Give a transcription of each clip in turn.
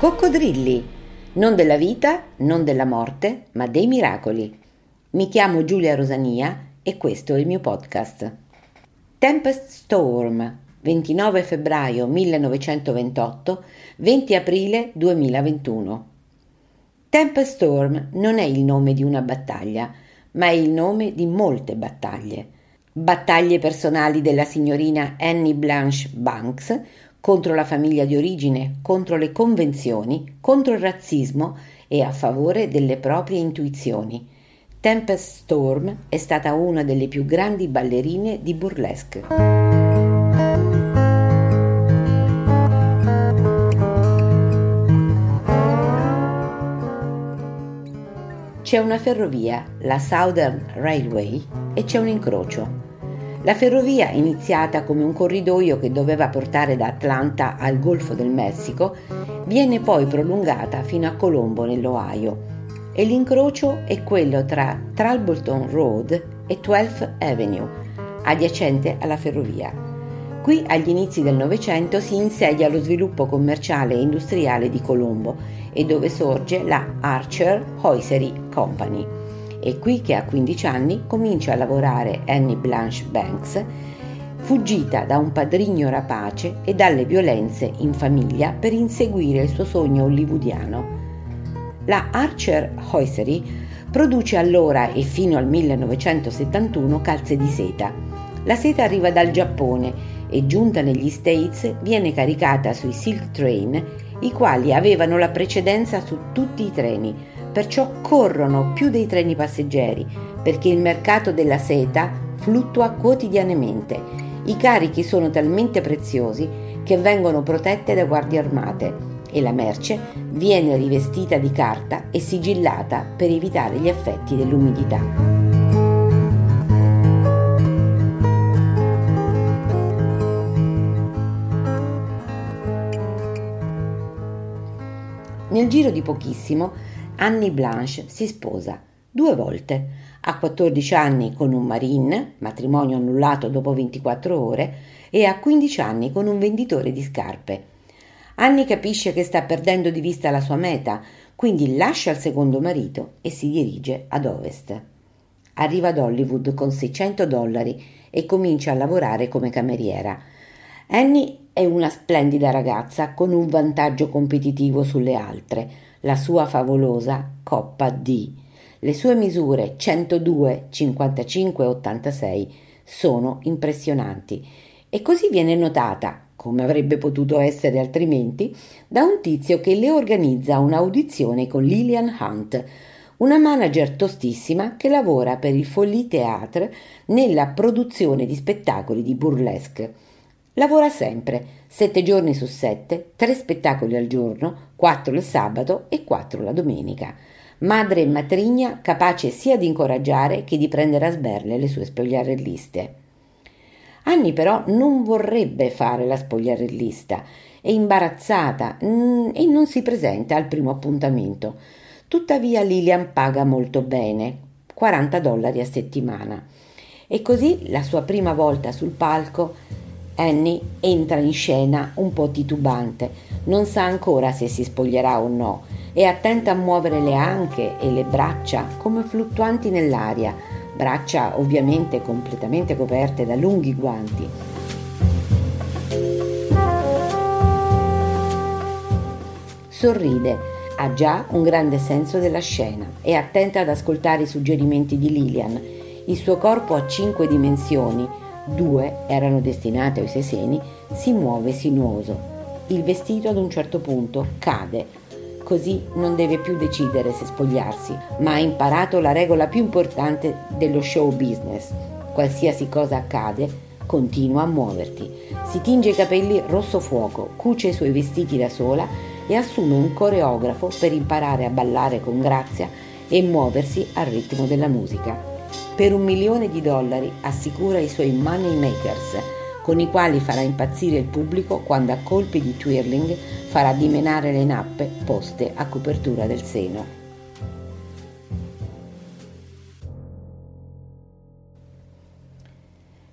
Coccodrilli, non della vita, non della morte, ma dei miracoli. Mi chiamo Giulia Rosania e questo è il mio podcast. Tempest Storm, 29 febbraio 1928, 20 aprile 2021. Tempest Storm non è il nome di una battaglia, ma è il nome di molte battaglie. Battaglie personali della signorina Annie Blanche Banks contro la famiglia di origine, contro le convenzioni, contro il razzismo e a favore delle proprie intuizioni. Tempest Storm è stata una delle più grandi ballerine di burlesque. C'è una ferrovia, la Southern Railway, e c'è un incrocio. La ferrovia, iniziata come un corridoio che doveva portare da Atlanta al Golfo del Messico, viene poi prolungata fino a Colombo nell'Ohio e l'incrocio è quello tra Tralbolton Road e 12th Avenue, adiacente alla ferrovia. Qui agli inizi del Novecento si insedia lo sviluppo commerciale e industriale di Colombo e dove sorge la Archer Hosiery Company. È qui che a 15 anni comincia a lavorare Annie Blanche Banks, fuggita da un padrigno rapace e dalle violenze in famiglia per inseguire il suo sogno hollywoodiano. La Archer Hosiery produce allora e fino al 1971 calze di seta. La seta arriva dal Giappone e giunta negli States viene caricata sui Silk Train, i quali avevano la precedenza su tutti i treni. Perciò corrono più dei treni passeggeri, perché il mercato della seta fluttua quotidianamente. I carichi sono talmente preziosi che vengono protette da guardie armate e la merce viene rivestita di carta e sigillata per evitare gli effetti dell'umidità. Nel giro di pochissimo Annie Blanche si sposa 2 volte, a 14 anni con un marine, matrimonio annullato dopo 24 ore, e a 15 anni con un venditore di scarpe. Annie capisce che sta perdendo di vista la sua meta, quindi lascia il secondo marito e si dirige ad ovest. Arriva ad Hollywood con $600 e comincia a lavorare come cameriera. Annie è una splendida ragazza con un vantaggio competitivo sulle altre, la sua favolosa coppa D. Le sue misure 102, 55 e 86 sono impressionanti e così viene notata, come avrebbe potuto essere altrimenti, da un tizio che le organizza un'audizione con Lillian Hunt, una manager tostissima che lavora per il Folly Theatre nella produzione di spettacoli di burlesque. Lavora sempre, 7 giorni su 7, 3 spettacoli al giorno, 4 il sabato e 4 la domenica. Madre e matrigna capace sia di incoraggiare che di prendere a sberle le sue spogliarelliste. Annie però non vorrebbe fare la spogliarellista, è imbarazzata e non si presenta al primo appuntamento. Tuttavia Lillian paga molto bene, $40 a settimana. E così la sua prima volta sul palco Annie entra in scena un po' titubante, non sa ancora se si spoglierà o no, è attenta a muovere le anche e le braccia come fluttuanti nell'aria, braccia ovviamente completamente coperte da lunghi guanti. Sorride, ha già un grande senso della scena, è attenta ad ascoltare i suggerimenti di Lillian. Il suo corpo ha 5 dimensioni, 2 erano destinate ai suoi seni, si muove sinuoso. Il vestito ad un certo punto cade, così non deve più decidere se spogliarsi, ma ha imparato la regola più importante dello show business. Qualsiasi cosa accade, continua a muoverti. Si tinge i capelli rosso fuoco, cuce i suoi vestiti da sola e assume un coreografo per imparare a ballare con grazia e muoversi al ritmo della musica. Per $1 milione assicura i suoi money makers, con i quali farà impazzire il pubblico quando a colpi di twirling farà dimenare le nappe poste a copertura del seno.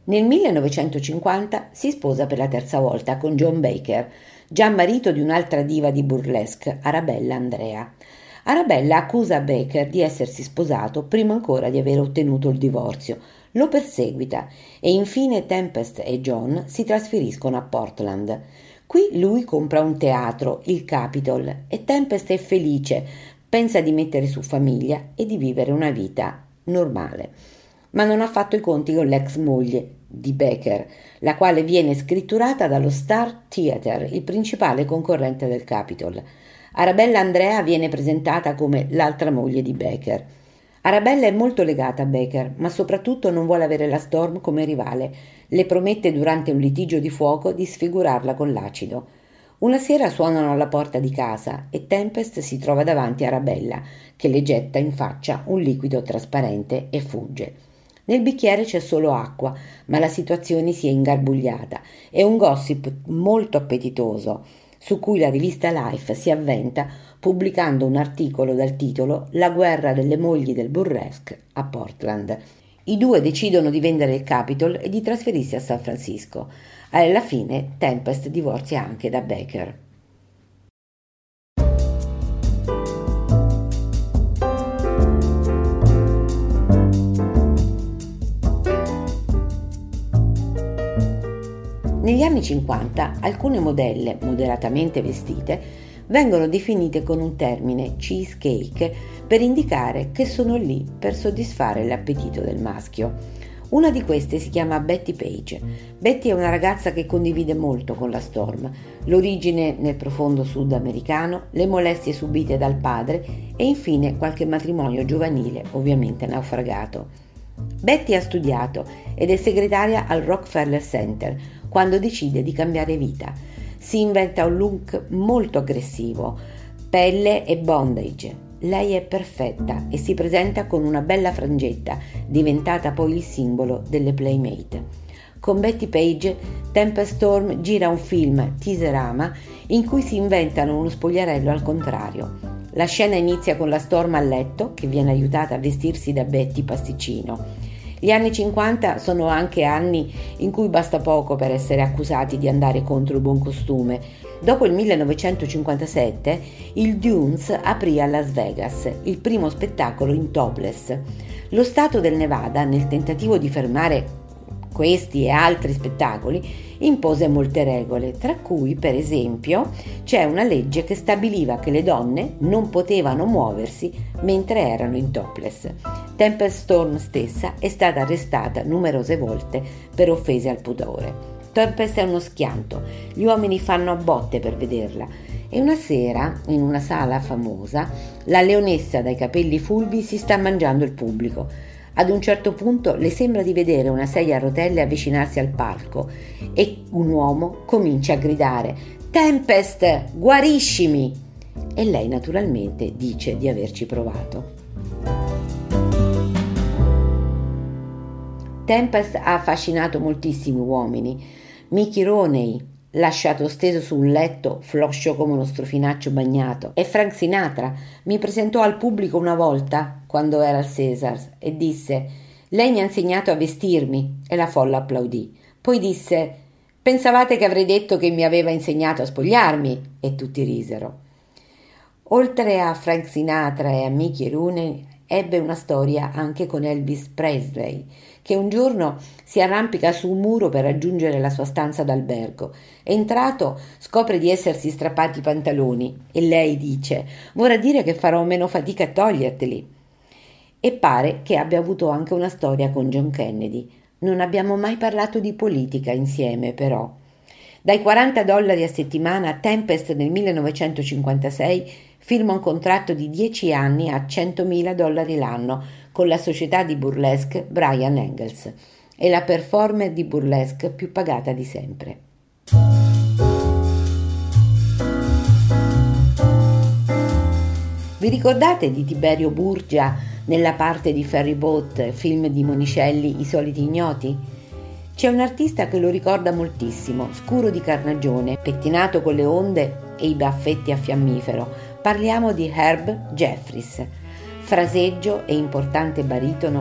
Nel 1950 si sposa per la terza volta con John Baker, già marito di un'altra diva di burlesque, Arabella Andrea. Arabella accusa Baker di essersi sposato prima ancora di aver ottenuto il divorzio, lo perseguita e infine Tempest e John si trasferiscono a Portland. Qui lui compra un teatro, il Capitol, e Tempest è felice, pensa di mettere su famiglia e di vivere una vita normale. Ma non ha fatto i conti con l'ex moglie di Baker, la quale viene scritturata dallo Star Theatre, il principale concorrente del Capitol. Arabella Andrea viene presentata come l'altra moglie di Baker. Arabella è molto legata a Baker, ma soprattutto non vuole avere la Storm come rivale. Le promette durante un litigio di fuoco di sfigurarla con l'acido. Una sera suonano alla porta di casa e Tempest si trova davanti a Arabella, che le getta in faccia un liquido trasparente e fugge. Nel bicchiere c'è solo acqua, ma la situazione si è ingarbugliata. È un gossip molto appetitoso, su cui la rivista Life si avventa pubblicando un articolo dal titolo La guerra delle mogli del burlesque a Portland. I due decidono di vendere il Capitol e di trasferirsi a San Francisco. Alla fine Tempest divorzia anche da Baker. Negli anni 50 alcune modelle moderatamente vestite vengono definite con un termine cheesecake per indicare che sono lì per soddisfare l'appetito del maschio. Una di queste si chiama Betty Page. Betty è una ragazza che condivide molto con la Storm, l'origine nel profondo sud americano, le molestie subite dal padre e infine qualche matrimonio giovanile ovviamente naufragato. Betty ha studiato ed è segretaria al Rockefeller Center quando decide di cambiare vita. Si inventa un look molto aggressivo, pelle e bondage. Lei è perfetta e si presenta con una bella frangetta, diventata poi il simbolo delle Playmate. Con Betty Page, Tempest Storm gira un film, Teaserama, in cui si inventano uno spogliarello al contrario. La scena inizia con la Storm a letto, che viene aiutata a vestirsi da Betty Pasticcino. Gli anni 50 sono anche anni in cui basta poco per essere accusati di andare contro il buon costume. Dopo il 1957, il Dunes aprì a Las Vegas, il primo spettacolo in topless. Lo stato del Nevada, nel tentativo di fermare questi e altri spettacoli, impose molte regole, tra cui, per esempio, c'è una legge che stabiliva che le donne non potevano muoversi mentre erano in topless. Tempest Storm stessa è stata arrestata numerose volte per offese al pudore. Tempest è uno schianto, gli uomini fanno a botte per vederla. E una sera, in una sala famosa, la leonessa dai capelli fulvi si sta mangiando il pubblico. Ad un certo punto le sembra di vedere una sedia a rotelle avvicinarsi al palco e un uomo comincia a gridare «Tempest, guariscimi!» e lei naturalmente dice di averci provato. Tempest ha affascinato moltissimi uomini. Mickey Rooney, lasciato steso su un letto, floscio come uno strofinaccio bagnato, e Frank Sinatra mi presentò al pubblico una volta, quando era al Caesars, e disse «Lei mi ha insegnato a vestirmi», e la folla applaudì. Poi disse «Pensavate che avrei detto che mi aveva insegnato a spogliarmi?» e tutti risero. Oltre a Frank Sinatra e a Mickey Rooney, ebbe una storia anche con Elvis Presley, che un giorno si arrampica su un muro per raggiungere la sua stanza d'albergo. Entrato, scopre di essersi strappati i pantaloni e lei dice «Vorrà dire che farò meno fatica a toglierteli». E pare che abbia avuto anche una storia con John Kennedy. Non abbiamo mai parlato di politica insieme, però. Dai $40 a settimana, Tempest nel 1956 firma un contratto di 10 anni a $100.000 l'anno con la società di burlesque Brian Engels. È la performer di burlesque più pagata di sempre. Vi ricordate di Tiberio Burgia nella parte di Ferry Boat, film di Monicelli, I soliti ignoti? C'è un artista che lo ricorda moltissimo, scuro di carnagione, pettinato con le onde e i baffetti a fiammifero. Parliamo di Herb Jeffries. Fraseggio e importante baritono,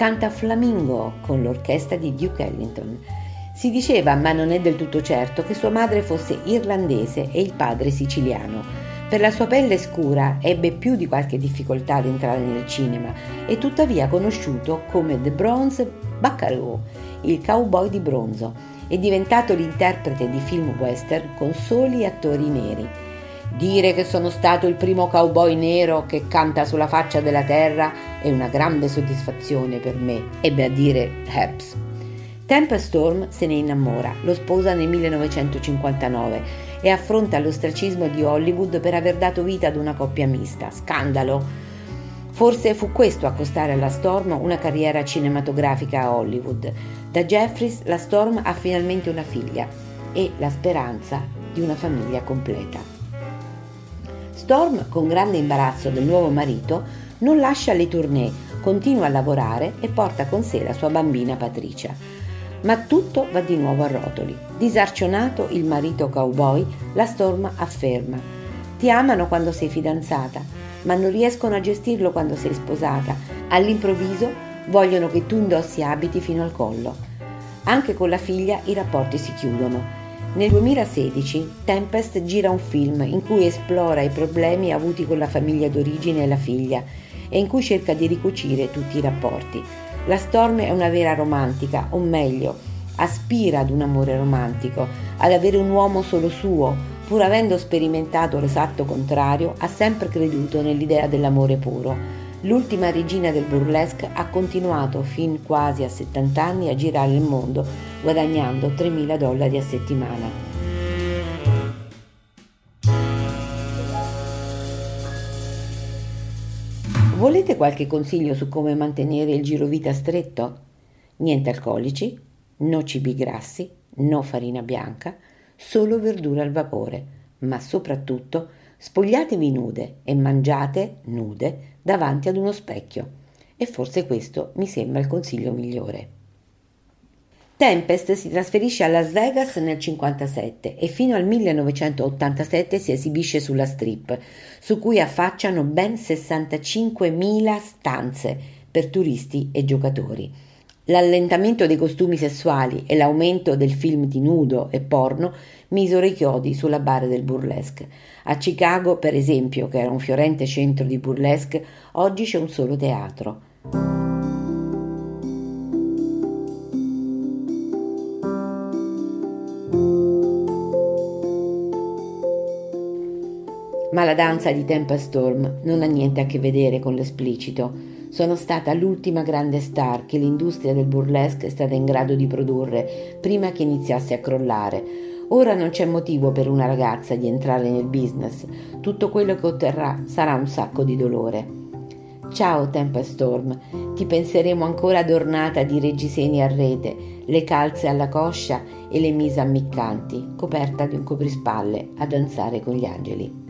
canta Flamingo con l'orchestra di Duke Ellington. Si diceva, ma non è del tutto certo, che sua madre fosse irlandese e il padre siciliano. Per la sua pelle scura ebbe più di qualche difficoltà ad entrare nel cinema e tuttavia conosciuto come The Bronze Buckaroo, il cowboy di bronzo, è diventato l'interprete di film western con soli attori neri. Dire che sono stato il primo cowboy nero che canta sulla faccia della terra è una grande soddisfazione per me, ebbe a dire Herbst. Tempest Storm se ne innamora, lo sposa nel 1959 e affronta l'ostracismo di Hollywood per aver dato vita ad una coppia mista. Scandalo! Forse fu questo a costare alla Storm una carriera cinematografica a Hollywood. Da Jeffries la Storm ha finalmente una figlia e la speranza di una famiglia completa. Storm, con grande imbarazzo del nuovo marito, non lascia le tournée, continua a lavorare e porta con sé la sua bambina Patricia. Ma tutto va di nuovo a rotoli. Disarcionato il marito cowboy, la Storm afferma: ti amano quando sei fidanzata, ma non riescono a gestirlo quando sei sposata. All'improvviso vogliono che tu indossi abiti fino al collo. Anche con la figlia i rapporti si chiudono. Nel 2016 Tempest gira un film in cui esplora i problemi avuti con la famiglia d'origine e la figlia e in cui cerca di ricucire tutti i rapporti. La Storm è una vera romantica, o meglio, aspira ad un amore romantico, ad avere un uomo solo suo, pur avendo sperimentato l'esatto contrario, ha sempre creduto nell'idea dell'amore puro. L'ultima regina del burlesque ha continuato fin quasi a 70 anni a girare il mondo, guadagnando $3.000 a settimana. Volete qualche consiglio su come mantenere il girovita stretto? Niente alcolici, no cibi grassi, no farina bianca, solo verdura al vapore, ma soprattutto spogliatevi nude e mangiate nude davanti ad uno specchio. E forse questo mi sembra il consiglio migliore. Tempest si trasferisce a Las Vegas nel 1957 e fino al 1987 si esibisce sulla Strip, su cui affacciano ben 65.000 stanze per turisti e giocatori. L'allentamento dei costumi sessuali e l'aumento del film di nudo e porno misero i chiodi sulla bara del burlesque. A Chicago, per esempio, che era un fiorente centro di burlesque, oggi c'è un solo teatro. Ma la danza di Tempest Storm non ha niente a che vedere con l'esplicito. Sono stata l'ultima grande star che l'industria del burlesque è stata in grado di produrre prima che iniziasse a crollare. Ora non c'è motivo per una ragazza di entrare nel business. Tutto quello che otterrà sarà un sacco di dolore. Ciao Tempest Storm, ti penseremo ancora adornata di reggiseni a rete, le calze alla coscia e le mise ammiccanti, coperta di un coprispalle a danzare con gli angeli.